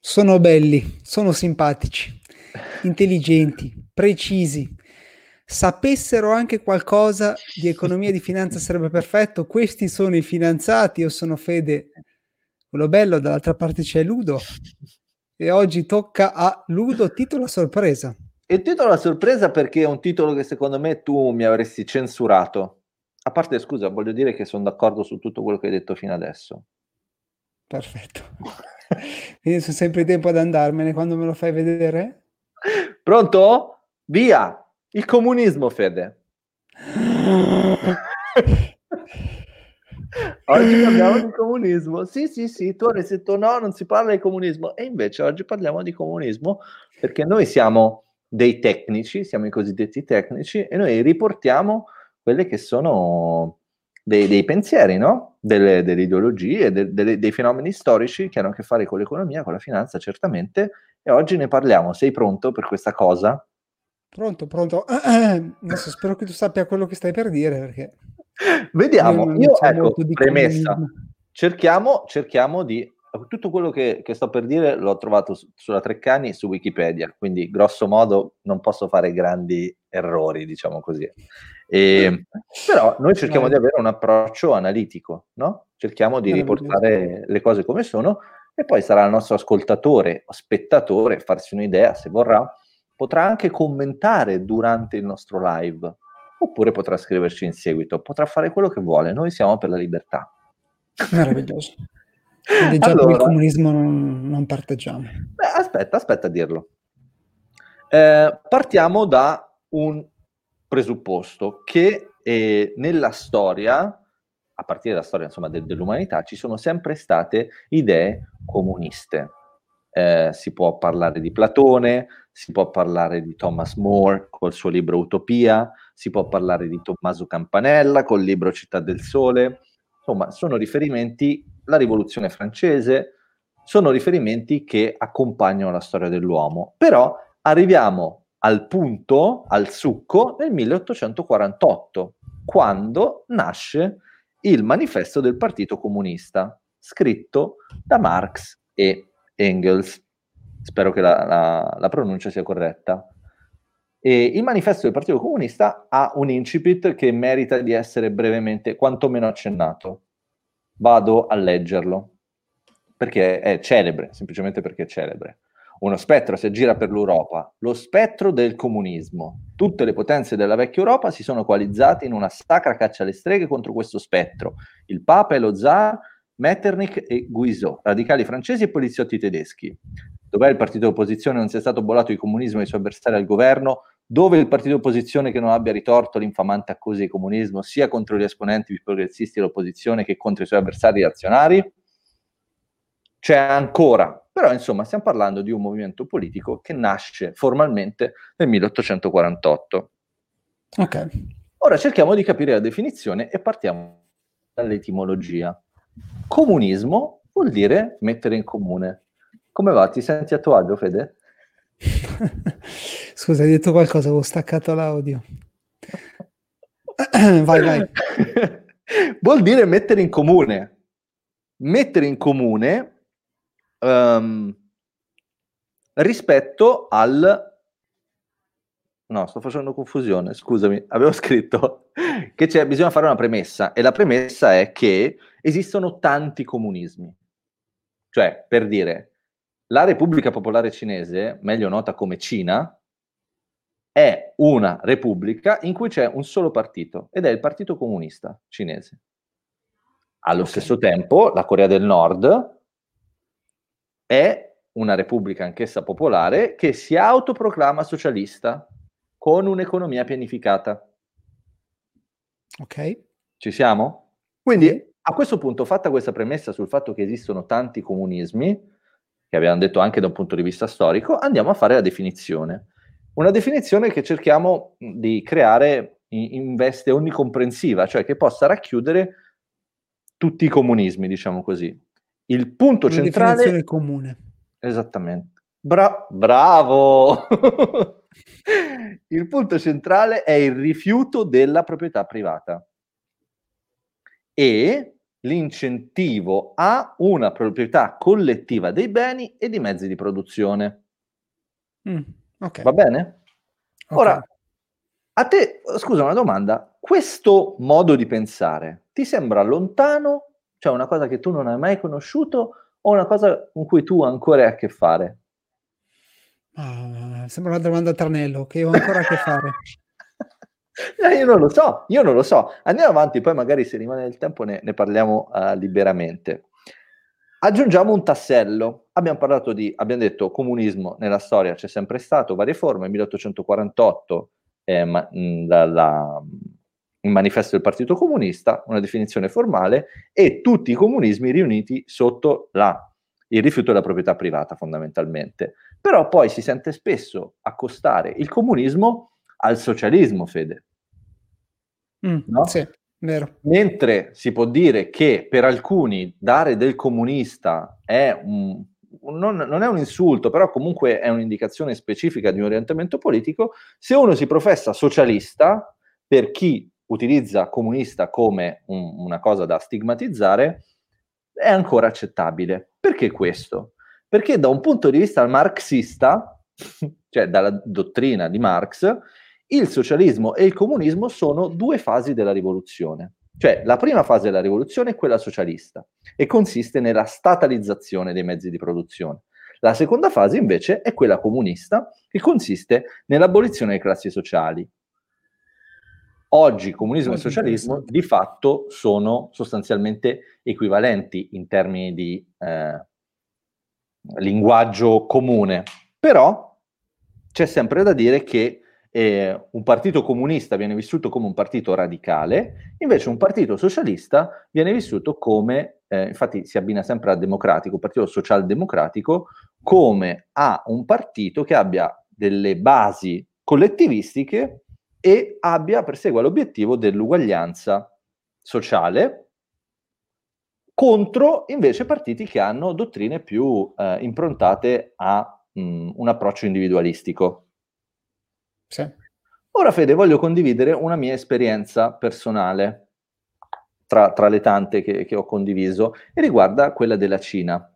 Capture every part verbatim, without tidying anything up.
Sono belli, sono simpatici, intelligenti, precisi. Sapessero anche qualcosa di economia e di finanza sarebbe perfetto. Questi sono i finanziati, io sono Fede, quello bello, dall'altra parte c'è Ludo. E oggi tocca a Ludo, titolo a sorpresa. Il titolo a sorpresa perché è un titolo che secondo me tu mi avresti censurato. A parte, scusa, voglio dire che sono d'accordo su tutto quello che hai detto fino adesso. Perfetto. Quindi sono sempre in tempo ad andarmene quando me lo fai vedere? Pronto? Via! Il comunismo, Fede. Oggi parliamo di comunismo. Sì, sì, sì, tu avresti detto no, non si parla di comunismo. E invece oggi parliamo di comunismo perché noi siamo dei tecnici, siamo i cosiddetti tecnici, e noi riportiamo quelle che sono dei, dei pensieri, no? Delle, delle ideologie, de, delle, dei fenomeni storici che hanno a che fare con l'economia, con la finanza, certamente. E oggi ne parliamo. Sei pronto per questa cosa? Pronto, pronto. Adesso spero che tu sappia quello che stai per dire, perché io Vediamo, non ne io so ecco, molto di premessa, comunismo. cerchiamo, cerchiamo di, tutto quello che, che sto per dire l'ho trovato su, sulla Treccani su Wikipedia, quindi grosso modo non posso fare grandi errori, diciamo così. E, però noi cerchiamo Vai, di avere un approccio analitico, no? Cerchiamo di meraviglioso. riportare le cose come sono e poi sarà il nostro ascoltatore o spettatore farsi un'idea, se vorrà, potrà anche commentare durante il nostro live oppure potrà scriverci in seguito, potrà fare quello che vuole, noi siamo per la libertà. Meraviglioso. Quindi già per il Allora, comunismo non, non parteggiamo. beh, aspetta, aspetta a dirlo. Eh, partiamo da un presupposto che eh, nella storia, a partire dalla storia insomma, de- dell'umanità, ci sono sempre state idee comuniste. Eh, si può parlare di Platone, si può parlare di Thomas More col suo libro Utopia, si può parlare di Tommaso Campanella col libro Città del Sole, insomma sono riferimenti, la rivoluzione francese, sono riferimenti che accompagnano la storia dell'uomo, però arriviamo al punto, al succo, nel milleottocentoquarantotto, quando nasce il manifesto del Partito Comunista, scritto da Marx e Engels. Spero che la, la, la pronuncia sia corretta. E il manifesto del Partito Comunista ha un incipit che merita di essere brevemente, quantomeno accennato. Vado a leggerlo, perché è celebre, semplicemente perché è celebre. Uno spettro si aggira per l'Europa, lo spettro del comunismo. Tutte le potenze della vecchia Europa si sono coalizzate in una sacra caccia alle streghe contro questo spettro. Il Papa e lo Zar, Metternich e Guizot, radicali francesi e poliziotti tedeschi. Dov'è il partito d'opposizione non sia stato bollato di comunismo e i suoi avversari al governo? Dove il partito d'opposizione che non abbia ritorto l'infamante accusa di comunismo sia contro gli esponenti più progressisti dell'opposizione che contro i suoi avversari azionari? C'è ancora, però insomma stiamo parlando di un movimento politico che nasce formalmente nel milleottocentoquarantotto. Ok. Ora cerchiamo di capire la definizione e partiamo dall'etimologia. Comunismo vuol dire mettere in comune. Come va? Ti senti a tuo agio, Fede? Scusa, hai detto qualcosa, avevo staccato l'audio. Vai, vai. Vuol dire mettere in comune. Mettere in comune um, rispetto al... No, sto facendo confusione, scusami. Avevo scritto che c'è, bisogna fare una premessa e la premessa è che esistono tanti comunismi. Cioè, per dire, la Repubblica Popolare Cinese, meglio nota come Cina, è una repubblica in cui c'è un solo partito ed è il Partito Comunista Cinese. Allo Ok. stesso tempo, la Corea del Nord è una repubblica anch'essa popolare che si autoproclama socialista con un'economia pianificata. Ok. Ci siamo? Sì. Quindi a questo punto, fatta questa premessa sul fatto che esistono tanti comunismi, che abbiamo detto anche da un punto di vista storico, andiamo a fare la definizione. Una definizione che cerchiamo di creare in, in veste onnicomprensiva, cioè che possa racchiudere tutti i comunismi, diciamo così. Il punto Una definizione centrale... comune. Esattamente. Bra- bravo! Il punto centrale è il rifiuto della proprietà privata. E l'incentivo a una proprietà collettiva dei beni e di mezzi di produzione. Mm, okay. Va bene? Okay. Ora, a te, scusa, una domanda, questo modo di pensare ti sembra lontano, cioè una cosa che tu non hai mai conosciuto, o una cosa con cui tu ancora hai a che fare? Ah, sembra una domanda a tranello, che ho ancora a che fare. Eh, io non lo so, io non lo so. Andiamo avanti, poi magari se rimane il tempo ne, ne parliamo uh, liberamente. Aggiungiamo un tassello. Abbiamo parlato di, abbiamo detto, comunismo nella storia c'è sempre stato, varie forme, milleottocentoquarantotto, eh, ma, mh, dalla, il manifesto del Partito Comunista, una definizione formale, e tutti i comunismi riuniti sotto la, il rifiuto della proprietà privata, fondamentalmente. Però poi si sente spesso accostare il comunismo al socialismo, Fede. Mm, No? sì, vero. Mentre si può dire che per alcuni dare del comunista è un, non, non è un insulto, però comunque è un'indicazione specifica di un orientamento politico, se uno si professa socialista, per chi utilizza comunista come un, una cosa da stigmatizzare, è ancora accettabile. Perché questo? Perché da un punto di vista marxista, cioè dalla dottrina di Marx, il socialismo e il comunismo sono due fasi della rivoluzione. Cioè, la prima fase della rivoluzione è quella socialista e consiste nella statalizzazione dei mezzi di produzione. La seconda fase, invece, è quella comunista, che consiste nell'abolizione delle classi sociali. Oggi comunismo Molto e socialismo interessante. di fatto sono sostanzialmente equivalenti in termini di eh, linguaggio comune, però c'è sempre da dire che eh, un partito comunista viene vissuto come un partito radicale, invece un partito socialista viene vissuto come, eh, infatti si abbina sempre al democratico, un partito socialdemocratico, come a un partito che abbia delle basi collettivistiche e abbia, persegua l'obiettivo dell'uguaglianza sociale, contro invece partiti che hanno dottrine più eh, improntate a mh, un approccio individualistico. Sì. Ora, Fede, voglio condividere una mia esperienza personale, tra, tra le tante che, che ho condiviso, e riguarda quella della Cina.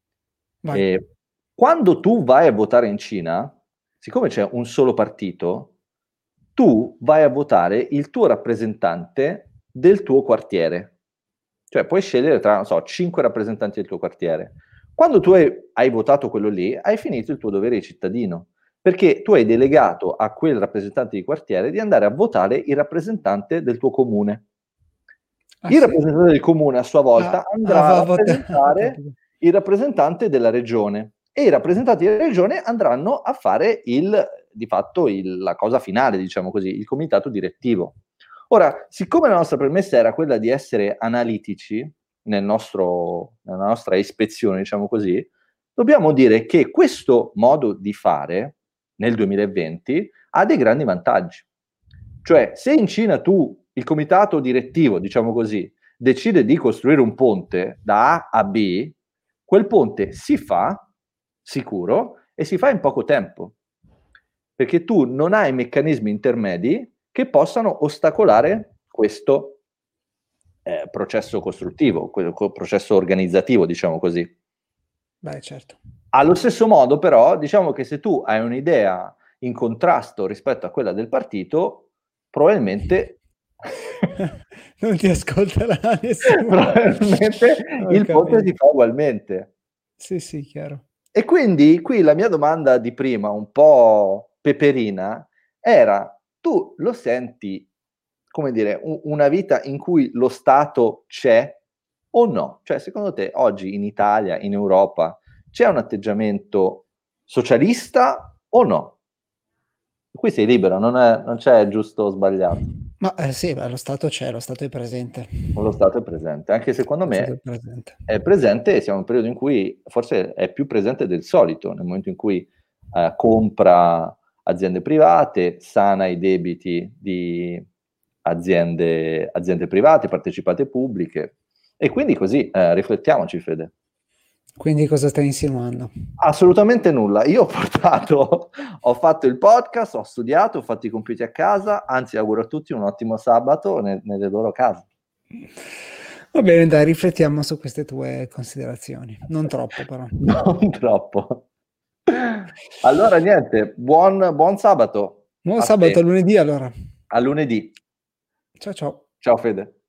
E quando tu vai a votare in Cina, siccome c'è un solo partito, tu vai a votare il tuo rappresentante del tuo quartiere. Cioè puoi scegliere tra, non so, cinque rappresentanti del tuo quartiere. Quando tu hai, hai votato quello lì, hai finito il tuo dovere di cittadino, perché tu hai delegato a quel rappresentante di quartiere di andare a votare il rappresentante del tuo comune. Ah, Il sì? rappresentante del comune a sua volta Ah, ah, andrà a va a vota ho rappresentare capito. il rappresentante della regione e i rappresentanti della regione andranno a fare il, di fatto il, la cosa finale, diciamo così, il comitato direttivo. Ora, siccome la nostra premessa era quella di essere analitici nel nostro, nella nostra ispezione, diciamo così, dobbiamo dire che questo modo di fare nel duemilaventi ha dei grandi vantaggi. Cioè, se in Cina tu, il comitato direttivo, diciamo così, decide di costruire un ponte da A a B, quel ponte si fa, sicuro, e si fa in poco tempo. Perché tu non hai meccanismi intermedi che possano ostacolare questo eh, processo costruttivo, quel processo organizzativo, diciamo così. Beh, certo. Allo stesso modo, però, diciamo che se tu hai un'idea in contrasto rispetto a quella del partito, probabilmente Non ti ascolterà nessuno. probabilmente Ho il ponte capito. si fa ugualmente. Sì, sì, chiaro. E quindi qui la mia domanda di prima, un po' peperina, era: tu lo senti, come dire, u- una vita in cui lo Stato c'è o no? Cioè, secondo te oggi in Italia, in Europa, c'è un atteggiamento socialista o no? Qui sei libero, non, è, non c'è giusto o sbagliato. Ma eh, sì, beh, lo Stato c'è, lo Stato è presente. Lo Stato è presente, anche secondo Lo Stato è me presente. è presente, e siamo in un periodo in cui forse è più presente del solito, nel momento in cui eh, compra aziende private, sana i debiti di aziende, aziende private, partecipate pubbliche, e quindi così eh, riflettiamoci, Fede. Quindi cosa stai insinuando? Assolutamente nulla. Io ho portato, ho fatto il podcast, ho studiato, ho fatto i compiti a casa, anzi auguro a tutti un ottimo sabato ne- nelle loro case. Va bene, dai, riflettiamo su queste tue considerazioni. Non troppo, però. Non troppo. Allora, niente, buon, buon sabato. Buon A sabato, te. a lunedì allora. A lunedì. Ciao ciao. Ciao Fede.